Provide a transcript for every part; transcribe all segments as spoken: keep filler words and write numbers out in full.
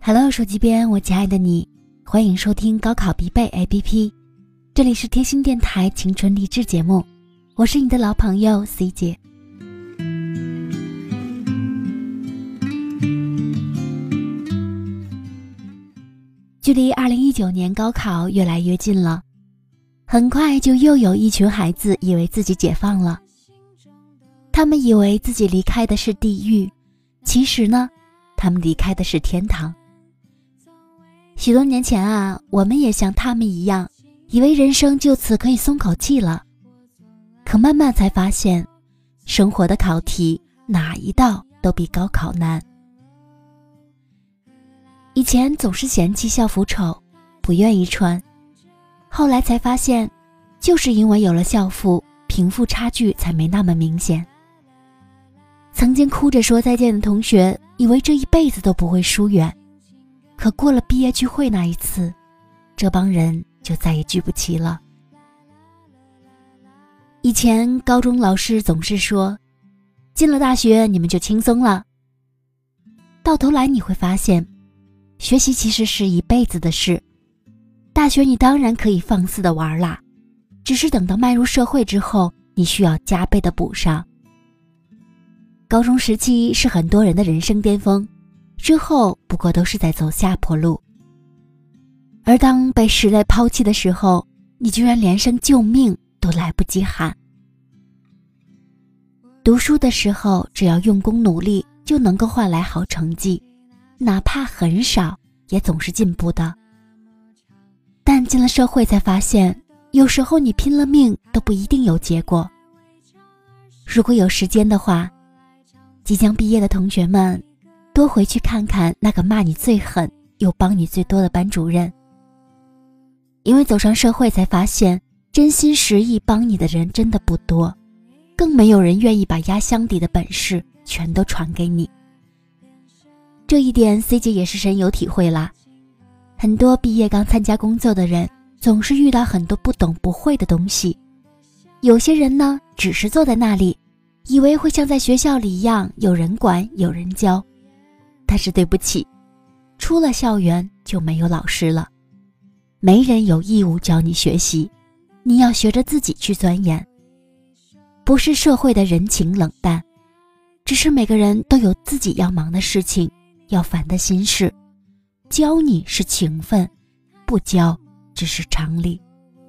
Hello， 手机边，我亲爱的你，欢迎收听高考必备 A P P， 这里是贴心电台青春励志节目，我是你的老朋友 C 姐。距离二零一九年高考越来越近了，很快就又有一群孩子以为自己解放了，他们以为自己离开的是地狱，其实呢，他们离开的是天堂。许多年前啊，我们也像他们一样，以为人生就此可以松口气了。可慢慢才发现，生活的考题哪一道都比高考难。以前总是嫌弃校服丑，不愿意穿，后来才发现，就是因为有了校服，贫富差距才没那么明显。曾经哭着说再见的同学，以为这一辈子都不会疏远，可过了毕业聚会那一次，这帮人就再也聚不齐了。以前高中老师总是说，进了大学你们就轻松了，到头来你会发现，学习其实是一辈子的事。大学你当然可以放肆的玩啦，只是等到迈入社会之后，你需要加倍的补上。高中时期是很多人的人生巅峰，之后不过都是在走下坡路。而当被时代抛弃的时候，你居然连声救命都来不及喊。读书的时候，只要用功努力，就能够换来好成绩，哪怕很少，也总是进步的。但进了社会才发现，有时候你拼了命都不一定有结果。如果有时间的话，即将毕业的同学们，多回去看看那个骂你最狠又帮你最多的班主任。因为走上社会才发现，真心实意帮你的人真的不多，更没有人愿意把压箱底的本事全都传给你。这一点 C 姐也是深有体会啦。很多毕业刚参加工作的人，总是遇到很多不懂不会的东西。有些人呢，只是坐在那里，以为会像在学校里一样有人管有人教，但是对不起，出了校园就没有老师了，没人有义务教你学习，你要学着自己去钻研。不是社会的人情冷淡，只是每个人都有自己要忙的事情，要烦的心事，教你是情分，不教只是常理。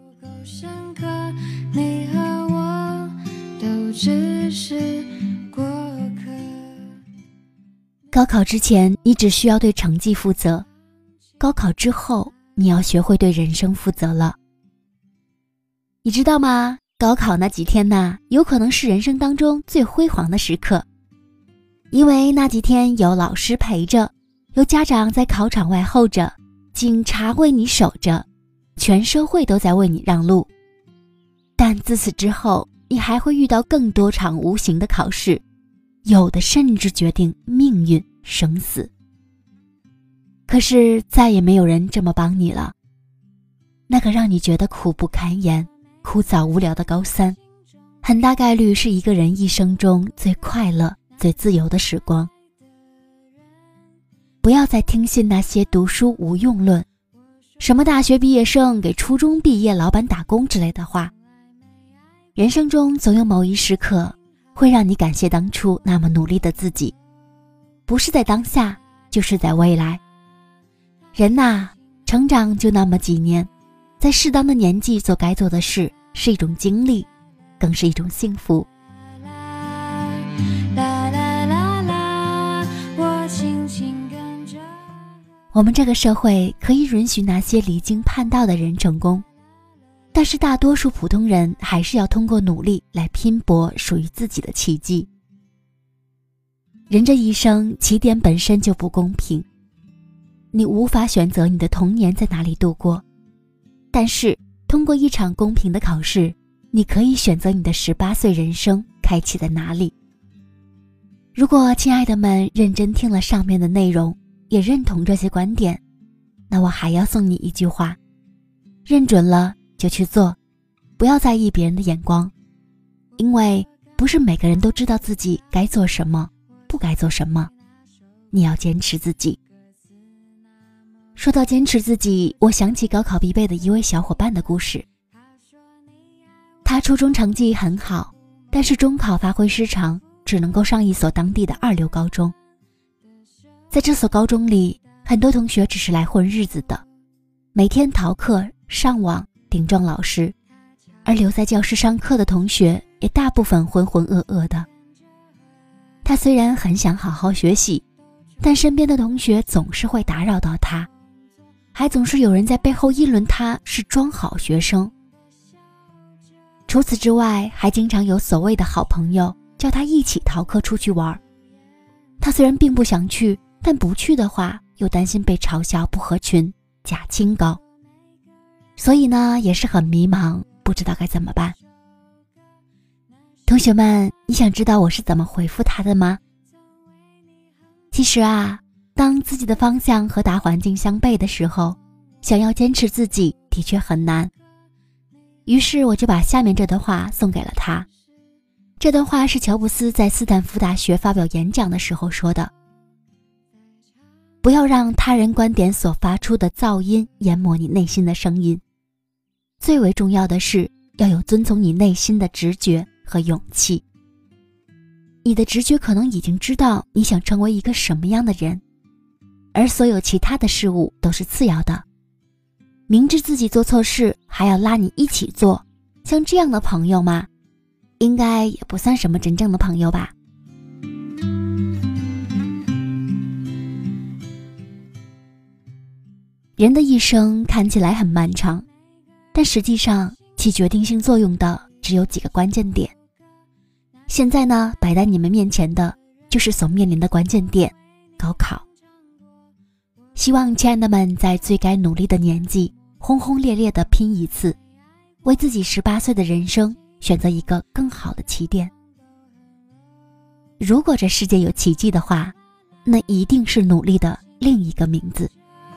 你和我都只是过客。高考之前，你只需要对成绩负责；高考之后，你要学会对人生负责了。你知道吗？高考那几天呐，有可能是人生当中最辉煌的时刻，因为那几天有老师陪着，有家长在考场外候着，警察为你守着，全社会都在为你让路。但自此之后，你还会遇到更多场无形的考试，有的甚至决定命运生死。可是再也没有人这么帮你了。那个让你觉得苦不堪言、枯燥无聊的高三，很大概率是一个人一生中最快乐、最自由的时光。不要再听信那些读书无用论，什么大学毕业生给初中毕业老板打工之类的话。人生中总有某一时刻，会让你感谢当初那么努力的自己，不是在当下，就是在未来。人呐，成长就那么几年，在适当的年纪做该做的事，是一种经历，更是一种幸福。我们这个社会可以允许那些离经叛道的人成功，但是大多数普通人还是要通过努力来拼搏属于自己的奇迹。人这一生起点本身就不公平，你无法选择你的童年在哪里度过，但是通过一场公平的考试，你可以选择你的十八岁人生开启在哪里。如果亲爱的们认真听了上面的内容，也认同这些观点，那我还要送你一句话：认准了就去做，不要在意别人的眼光，因为不是每个人都知道自己该做什么，不该做什么，你要坚持自己。 说到坚持自己，我想起高考必备的一位小伙伴的故事。他初中成绩很好，但是中考发挥失常，只能够上一所当地的二流高中。在这所高中里，很多同学只是来混日子的，每天逃课、上网、顶撞老师，而留在教室上课的同学也大部分浑浑噩噩的。他虽然很想好好学习，但身边的同学总是会打扰到他，还总是有人在背后议论他是装好学生。除此之外，还经常有所谓的好朋友叫他一起逃课出去玩。他虽然并不想去，但不去的话又担心被嘲笑不合群，假清高，所以呢也是很迷茫，不知道该怎么办。同学们，你想知道我是怎么回复他的吗？其实啊，当自己的方向和大环境相悖的时候，想要坚持自己的确很难。于是我就把下面这段话送给了他。这段话是乔布斯在斯坦福大学发表演讲的时候说的。不要让他人观点所发出的噪音淹没你内心的声音。最为重要的是，要有遵从你内心的直觉和勇气。你的直觉可能已经知道你想成为一个什么样的人，而所有其他的事物都是次要的。明知自己做错事还要拉你一起做，像这样的朋友嘛，应该也不算什么真正的朋友吧。人的一生看起来很漫长，但实际上起决定性作用的只有几个关键点。现在呢，摆在你们面前的就是所面临的关键点——高考。希望亲爱的们在最该努力的年纪，轰轰烈烈地拼一次，为自己十八岁的人生选择一个更好的起点。如果这世界有奇迹的话，那一定是努力的另一个名字。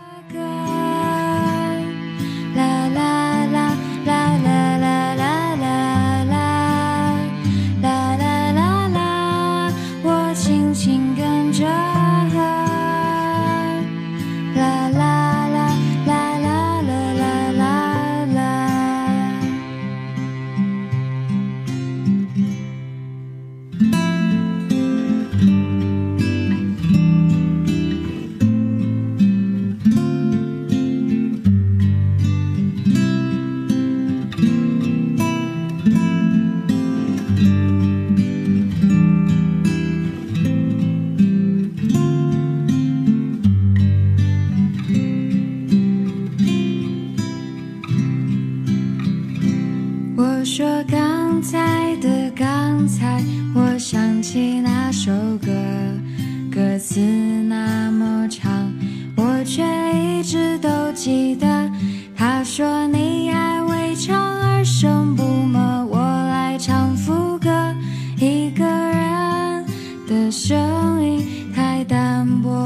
我说刚才的刚才，我想起那首歌，歌词那么长，我却一直都记得。他说你爱未唱而生不默，我来唱副歌。一个人的声音太单薄，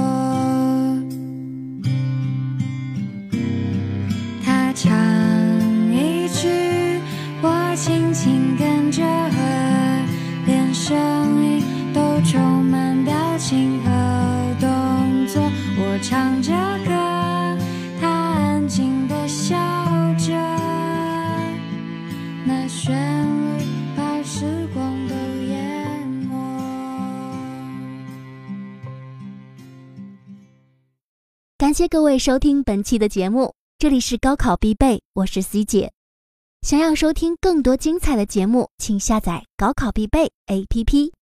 他唱一句，我轻轻跟着和，连声音都充满表情和动作。我唱着歌，他安静地笑着，那旋律把时光都淹没。 感谢各位收听本期的节目，这里是高考必备，我是 C 姐。想要收听更多精彩的节目，请下载高考必备 A P P。